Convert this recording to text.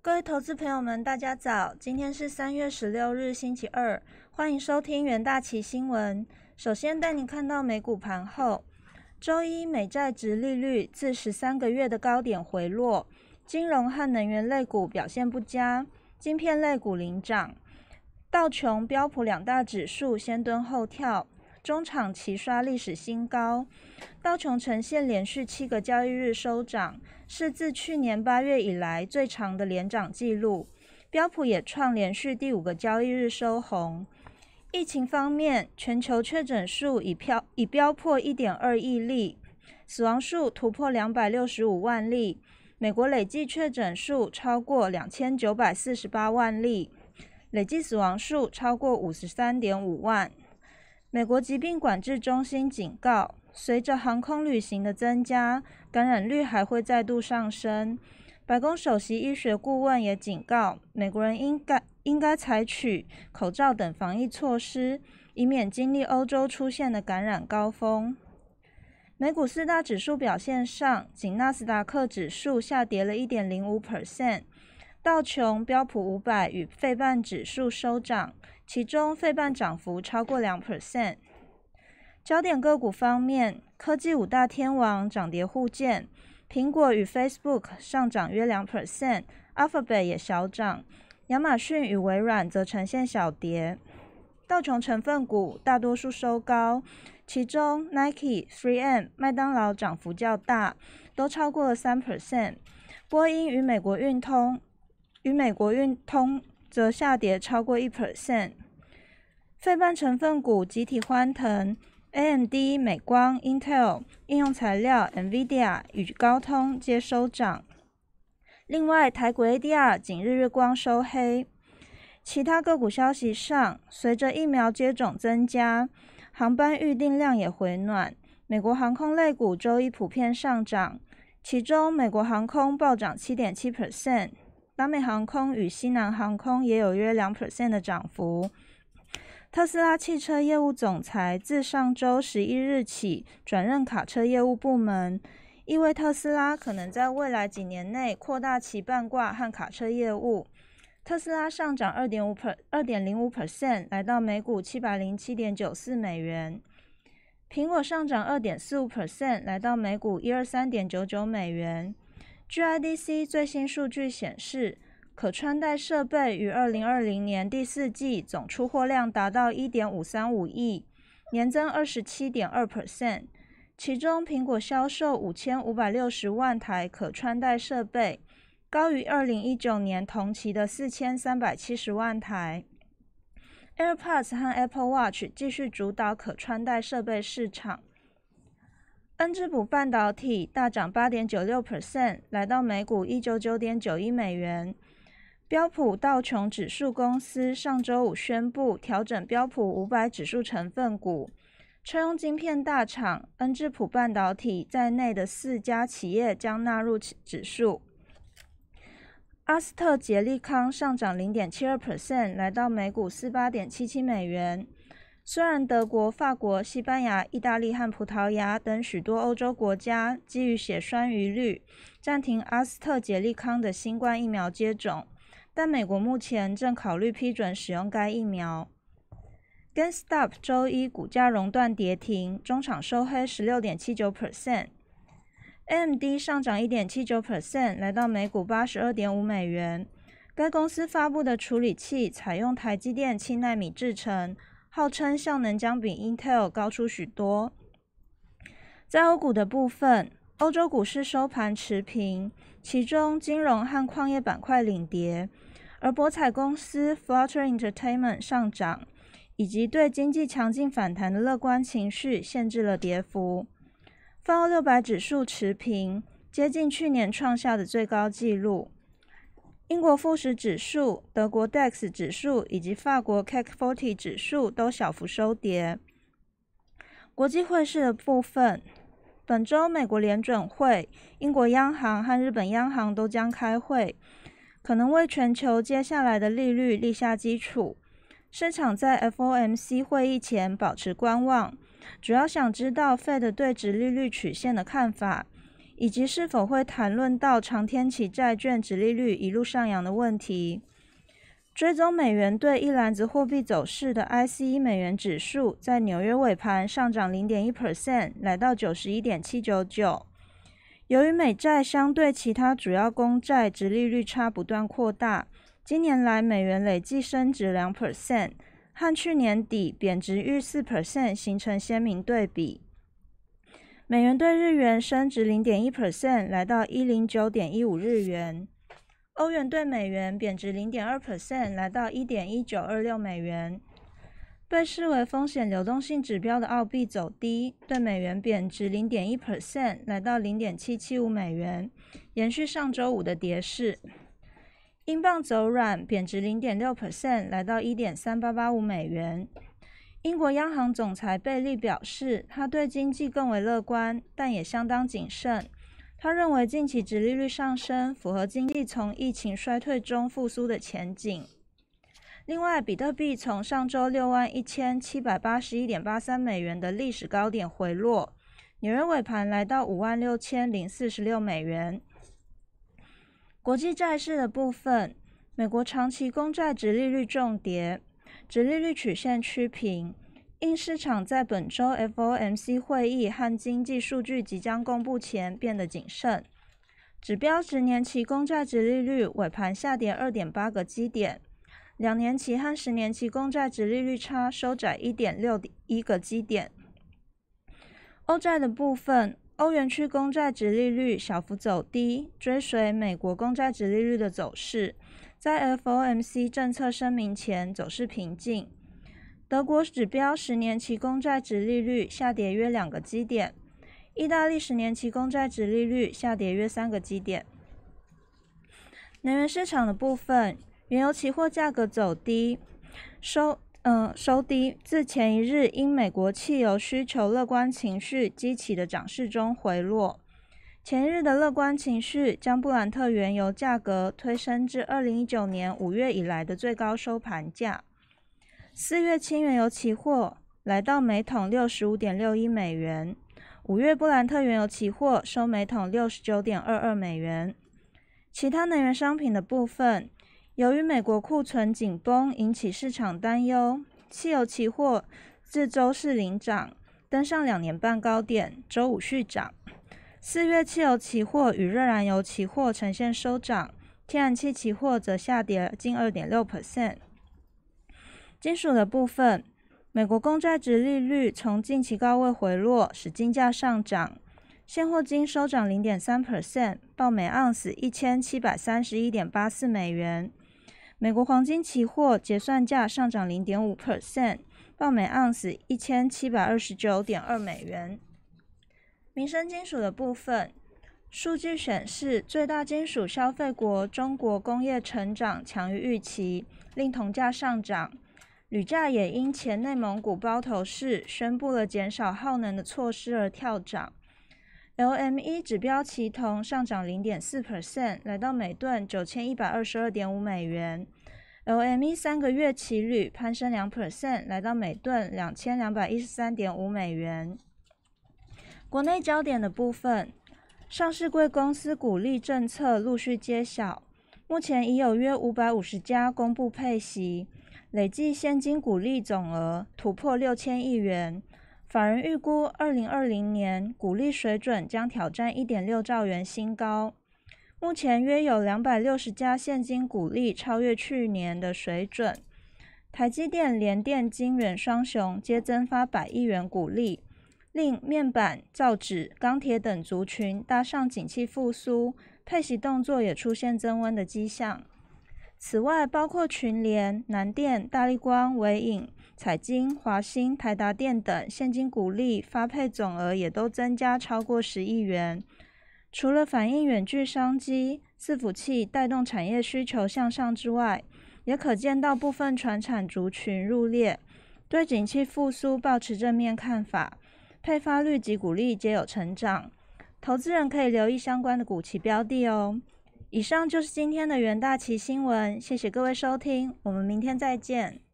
各位投资朋友们，大家早！今天是3月16日，星期二，欢迎收听元大期新闻。首先带您看到美股盘后，周一美债殖利率自13个月的高点回落，金融和能源类股表现不佳，晶片类股领涨。道琼、标普两大指数先蹲后跳，中场齐刷历史新高。道琼呈现连续7个交易日收涨，是自去年8月以来最长的连涨纪录。标普也创连续第5个交易日收红。疫情方面，全球确诊数已飙破 1.2 亿例，死亡数突破265万例，美国累计确诊数超过2948万例，累计死亡数超过 53.5 万。美国疾病管制中心警告，随着航空旅行的增加，感染率还会再度上升。白宫首席医学顾问也警告，美国人应该采取口罩等防疫措施，以免经历欧洲出现的感染高峰。美股4大指数表现上，仅纳斯达克指数下跌了 1.05%， 道琼、标普500与费半指数收涨，其中费半涨幅超过 2%。 焦点个股方面，科技5大天王涨跌互见，苹果与 Facebook 上涨约 2%， Alphabet 也小涨，亚马逊与微软则呈现小跌。道琼成分股大多数收高，其中 Nike、3M、麦当劳涨幅较大，都超过了 3%。 波音与美国运通则下跌超过 1%。 费半成分股集体欢腾，AMD、美光、Intel、应用材料、NVIDIA 与高通皆收涨。另外，台股 ADR 仅日月光收黑。其他个股消息上，随着疫苗接种增加，航班预订量也回暖，美国航空类股周一普遍上涨，其中美国航空暴涨 7.7%， 达美航空与西南航空也有约 2% 的涨幅。特斯拉汽车业务总裁自上周11日起转任卡车业务部门，意味特斯拉可能在未来几年内扩大其半挂和卡车业务。特斯拉上涨 2.05%， 来到每股 707.94 美元。苹果上涨 2.45%， 来到每股 123.99 美元。据 IDC 最新数据显示，可穿戴设备于2020年第4季总出货量达到 1.535 亿，年增 27.2%， 其中苹果销售5560万台可穿戴设备，高于2019年同期的4370万台。AirPods 和 Apple Watch 继续主导可穿戴设备市场。恩智浦半导体大涨 8.96%， 来到每股 199.91 美元。标普道琼指数公司上周五宣布调整标普500指数成分股，车用晶片大厂恩智浦半导体在内的4家企业将纳入指数。阿斯特捷利康上涨 0.72%， 来到每股 48.77 美元。虽然德国、法国、西班牙、意大利和葡萄牙等许多欧洲国家基于血栓疑虑，暂停阿斯特捷利康的新冠疫苗接种，但美国目前正考虑批准使用该疫苗。GameStop 周一股价熔断跌停，中场收黑 16.79%。AMD 上涨 1.79%， 来到每股 82.5 美元。该公司发布的处理器采用台积电7奈米制程，号称效能将比 Intel 高出许多。在欧股的部分，欧洲股市收盘持平，其中金融和矿业板块领跌，而博彩公司 Flutter Entertainment 上涨，以及对经济强劲反弹的乐观情绪限制了跌幅。泛欧600指数持平，接近去年创下的最高纪录。英国富时指数、德国 DAX 指数以及法国 CAC 40指数都小幅收跌。国际汇市的部分，本周美国联准会、英国央行和日本央行都将开会，可能为全球接下来的利率立下基础。市场在 FOMC 会议前保持观望，主要想知道 Fed 对殖利率曲线的看法， 以及是否会谈论到长天期债券殖利率一路上扬的问题。追踪美元对一篮子货币走势的 ICE 美元指数在纽约尾盘上涨 0.1%， 来到 91.799。由于美债相对其他主要公债殖利率差不断扩大，今年来美元累计升值 2%， 和去年底贬值逾 4% 形成鲜明对比。美元对日元升值 0.1%， 来到 109.15 日元。欧元对美元贬值 0.2%， 来到 1.1926 美元。被视为风险流动性指标的澳币走低，对美元贬值 0.1%， 来到 0.775 美元，延续上周五的跌势。英镑走软，贬值 0.6%， 来到 1.3885 美元。英国央行总裁贝利表示，他对经济更为乐观，但也相当谨慎。他认为近期殖利率上升符合经济从疫情衰退中复苏的前景。另外，比特币从上周61781.83美元的历史高点回落，纽约尾盘来到56046美元。国际债市的部分，美国长期公债殖利率重跌，殖利率曲线趋平，因市场在本周 FOMC 会议和经济数据即将公布前变得谨慎。指标10年期公债殖利率尾盘下跌 2.8 个基点，2年期和10年期公债殖利率差收窄 1.61 个基点。欧债的部分，欧元区公债殖利率小幅走低，追随美国公债殖利率的走势，在 FOMC 政策声明前走势平静。德国指标10年期公债殖利率下跌约2个基点，意大利10年期公债殖利率下跌约3个基点。能源市场的部分，原油期货价格走低，收低，自前一日因美国汽油需求乐观情绪激起的涨势中回落。前一日的乐观情绪将布兰特原油价格推升至2019年5月以来的最高收盘价。4月轻原油期货来到每桶 65.61 美元，5月布兰特原油期货收每桶 69.22 美元。其他能源商品的部分，由于美国库存紧绷引起市场担忧，汽油期货自周四领涨，登上2年半高点，周五续涨。4月汽油期货与热燃油期货呈现收涨，天然气期货则下跌近 2.6%。金属的部分，美国公债殖利率从近期高位回落，使金价上涨。现货金收涨 0.3%， 报每盎司 1731.84 美元。美国黄金期货结算价上涨 0.5%， 报每盎司 1729.2 美元。民生金属的部分，数据显示，最大金属消费国中国工业成长强于预期，令铜价上涨。铝价也因前内蒙古包头市宣布了减少耗能的措施而跳涨。LME 指标期铜上涨 0.4%， 来到每吨 9122.5 美元。LME 3个月期铝攀升 2%， 来到每吨 2213.5 美元。国内焦点的部分，上市柜公司股利政策陆续揭晓，目前已有约550家公布配息，累计现金股利总额突破6000亿元。法人预估2020年股利水准将挑战 1.6 兆元新高。目前约有260家现金股利超越去年的水准。台积电、联电、晶圆双雄皆增发100亿元股利，令面板、造纸、钢铁等族群搭上景气复苏，配息动作也出现增温的迹象。此外，包括群联、南电、大立光、微影、彩晶、华兴、台达电等现金股利发配总额也都增加超过10亿元。除了反映远距商机、伺服器带动产业需求向上之外，也可见到部分传产族群入列，对景气复苏抱持正面看法，配发率及股利皆有成长。投资人可以留意相关的股期标的哦。以上就是今天的元大期新闻，谢谢各位收听，我们明天再见。